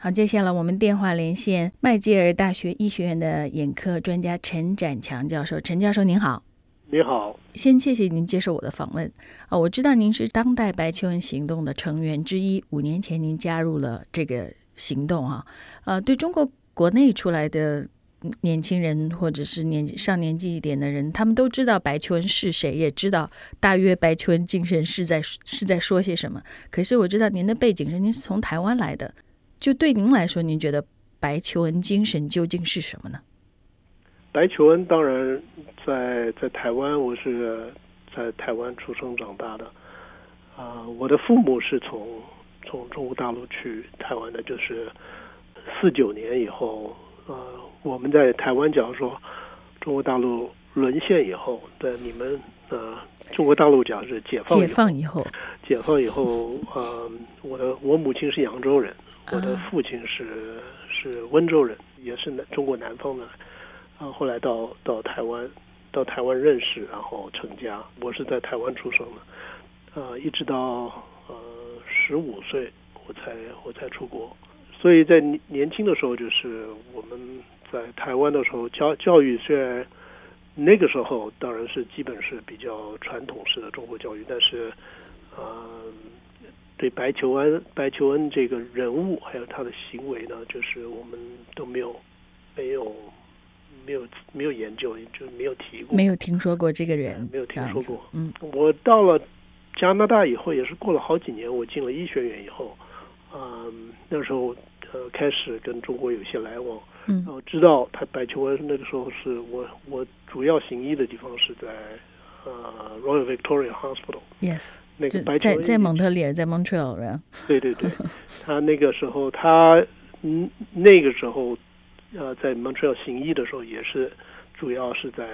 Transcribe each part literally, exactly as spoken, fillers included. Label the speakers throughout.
Speaker 1: 好，接下来我们电话连线麦吉尔大学医学院的眼科专家陈展强教授。陈教授您好。
Speaker 2: 你好，
Speaker 1: 先谢谢您接受我的访问啊！我知道您是当代白求恩行动的成员之一，五年前您加入了这个行动啊。呃，对中国国内出来的年轻人或者是年上年纪一点的人，他们都知道白求恩是谁，也知道大约白求恩精神是在是在说些什么。可是我知道您的背景是您是从台湾来的，就对您来说，您觉得白求恩精神究竟是什么呢？
Speaker 2: 白求恩当然在在台湾，我是在台湾出生长大的，啊、呃，我的父母是从从中国大陆去台湾的，就是四九年以后，呃，我们在台湾讲说中国大陆沦陷以后，在你们呃中国大陆讲是解放以后
Speaker 1: 解放以后，
Speaker 2: 解放以后，呃，我的我母亲是扬州人，我的父亲是、啊、是温州人，也是南中国南方的。啊，后来到到台湾，到台湾认识，然后成家。我是在台湾出生的，呃，一直到呃十五岁，我才我才出国。所以在年轻的时候，就是我们在台湾的时候，教教育虽然那个时候当然是基本是比较传统式的中国教育，但是呃，对白求恩白求恩这个人物还有他的行为呢，就是我们都没有没有。没有没有研究，就没有提过，
Speaker 1: 没有听说过这个人，
Speaker 2: 没有听说过。
Speaker 1: 嗯，
Speaker 2: 我到了加拿大以后，也是过了好几年，我进了医学院以后，嗯，那时候呃开始跟中国有些来往，
Speaker 1: 嗯，
Speaker 2: 然后知道他白求恩那个时候是我我主要行医的地方是在呃 Royal Victoria Hospital。Yes， 那个白求恩
Speaker 1: 在在蒙特利尔，在 Montreal，
Speaker 2: 对对对，他那个时候他嗯那个时候。呃，在 Montreal 行医的时候，也是主要是在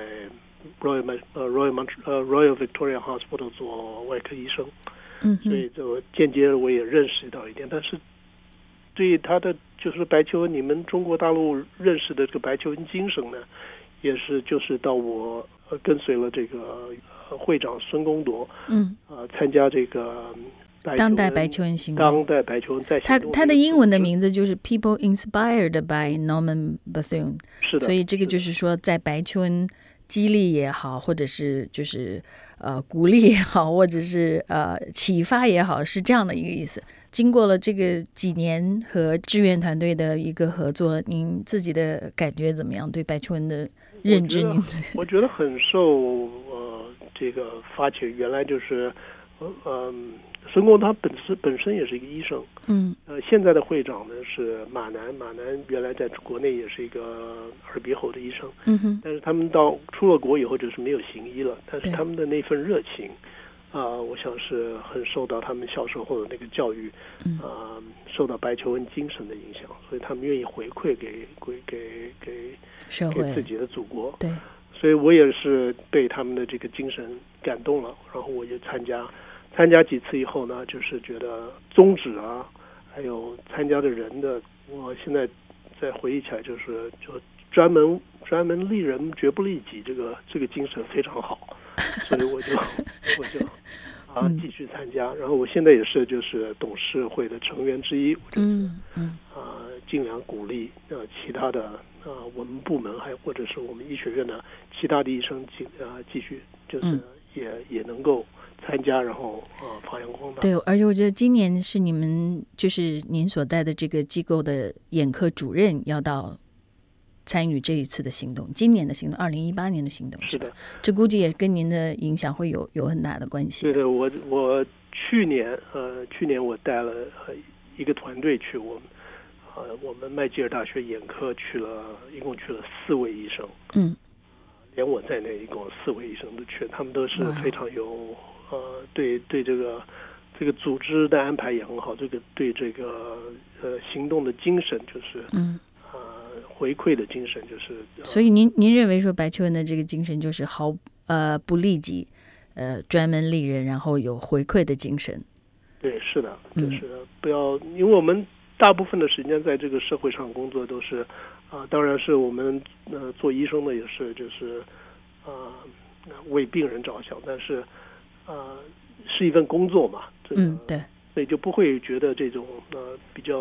Speaker 2: Royal 呃 Royal 呃 Royal Victoria Hospital 做外科医生，
Speaker 1: 嗯，
Speaker 2: 所以就间接我也认识到一点。但是对他的就是白求恩，你们中国大陆认识的这个白求恩精神呢，也是就是到我呃跟随了这个、呃、会长孙公铎，
Speaker 1: 嗯，
Speaker 2: 呃参加这个。
Speaker 1: 当代白求恩行动，
Speaker 2: 当代白求恩在行动，
Speaker 1: 他他的英文的名字就是 People Inspired by Norman Bethune，
Speaker 2: 是的，
Speaker 1: 所以这个就是说，在白求恩激励也好，或者是就是呃鼓励也好，或者是呃启发也好，是这样的一个意思。经过了这个几年和志愿团队的一个合作，您自己的感觉怎么样？对白求恩的认知，
Speaker 2: 我觉得我觉得很受呃这个发起，原来就是呃嗯。孙公他本身本身也是一个医生，
Speaker 1: 嗯，
Speaker 2: 呃，现在的会长呢是马南，马南原来在国内也是一个耳鼻喉的医生，
Speaker 1: 嗯哼，
Speaker 2: 但是他们到出了国以后就是没有行医了，但是他们的那份热情，啊、呃，我想是很受到他们小时候的那个教育，
Speaker 1: 嗯，
Speaker 2: 啊、呃，受到白求恩精神的影响，所以他们愿意回馈给给给给
Speaker 1: 社会
Speaker 2: 给自己的祖国，
Speaker 1: 对，
Speaker 2: 所以我也是被他们的这个精神感动了，然后我就参加。参加几次以后呢，就是觉得宗旨啊，还有参加的人的，我现在再回忆起来，就是就专门专门利人绝不利己，这个这个精神非常好，所以我就我就啊继续参加。然后我现在也是就是董事会的成员之一，我就是
Speaker 1: 嗯嗯
Speaker 2: 啊尽量鼓励呃其他的啊我们部门还或者是我们医学院的其他的医生继啊继续就是也、嗯、也能够。参加，然后呃发扬光大。
Speaker 1: 对，而且我觉得今年是你们就是您所在的这个机构的眼科主任要到参与这一次的行动，今年的行动，二零一八年的行动。
Speaker 2: 是的，
Speaker 1: 这估计也跟您的影响会有有很大的关系。
Speaker 2: 对的，我我去年呃去年我带了一个团队去，我们呃我们麦吉尔大学眼科去了，一共去了四位医生，
Speaker 1: 嗯，
Speaker 2: 连我在内一共四位医生都去，他们都是非常有。呃，对对，这个这个组织的安排也很好，这个对这个呃行动的精神就是
Speaker 1: 嗯
Speaker 2: 呃回馈的精神就是。呃、
Speaker 1: 所以您您认为说白求恩的这个精神就是毫呃不利己，呃专门利人，然后有回馈的精神。
Speaker 2: 对，是的，就是的、嗯、不要，因为我们大部分的时间在这个社会上工作都是啊、呃，当然是我们呃做医生的也是就是啊、呃、为病人着想，但是。呃，是一份工作嘛，这个、
Speaker 1: 嗯，对，
Speaker 2: 所以就不会觉得这种呃比较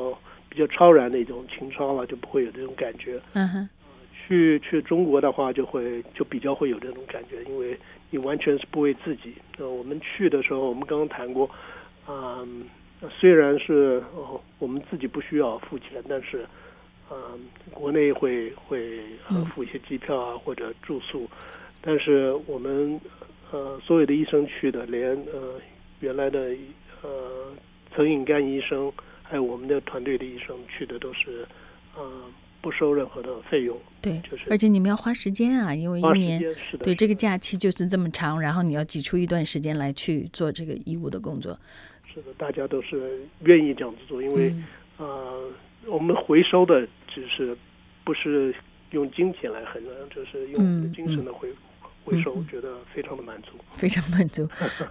Speaker 2: 比较超然的一种情操了，就不会有这种感觉。
Speaker 1: 嗯哼。
Speaker 2: 去去中国的话，就会就比较会有这种感觉，因为你完全是不为自己。呃，我们去的时候，我们刚刚谈过，嗯，虽然是哦我们自己不需要付钱，但是，嗯，国内会会呃付一些机票啊或者住宿，但是我们呃所有的医生去的，连呃原来的呃陈颖干医生，还有我们的团队的医生去的都是，呃。不收任何的费用，
Speaker 1: 对，
Speaker 2: 就是
Speaker 1: 而且你们要花时间啊，因为一年对这个假期就是这么长，然后你要挤出一段时间来去做这个医务的工作。
Speaker 2: 是的，大家都是愿意这样子做，因为、嗯、呃，我们回收的只是不是用金钱来衡量，就是用我们的精神的回、嗯、回收，我觉得非常的满足，
Speaker 1: 非常满足。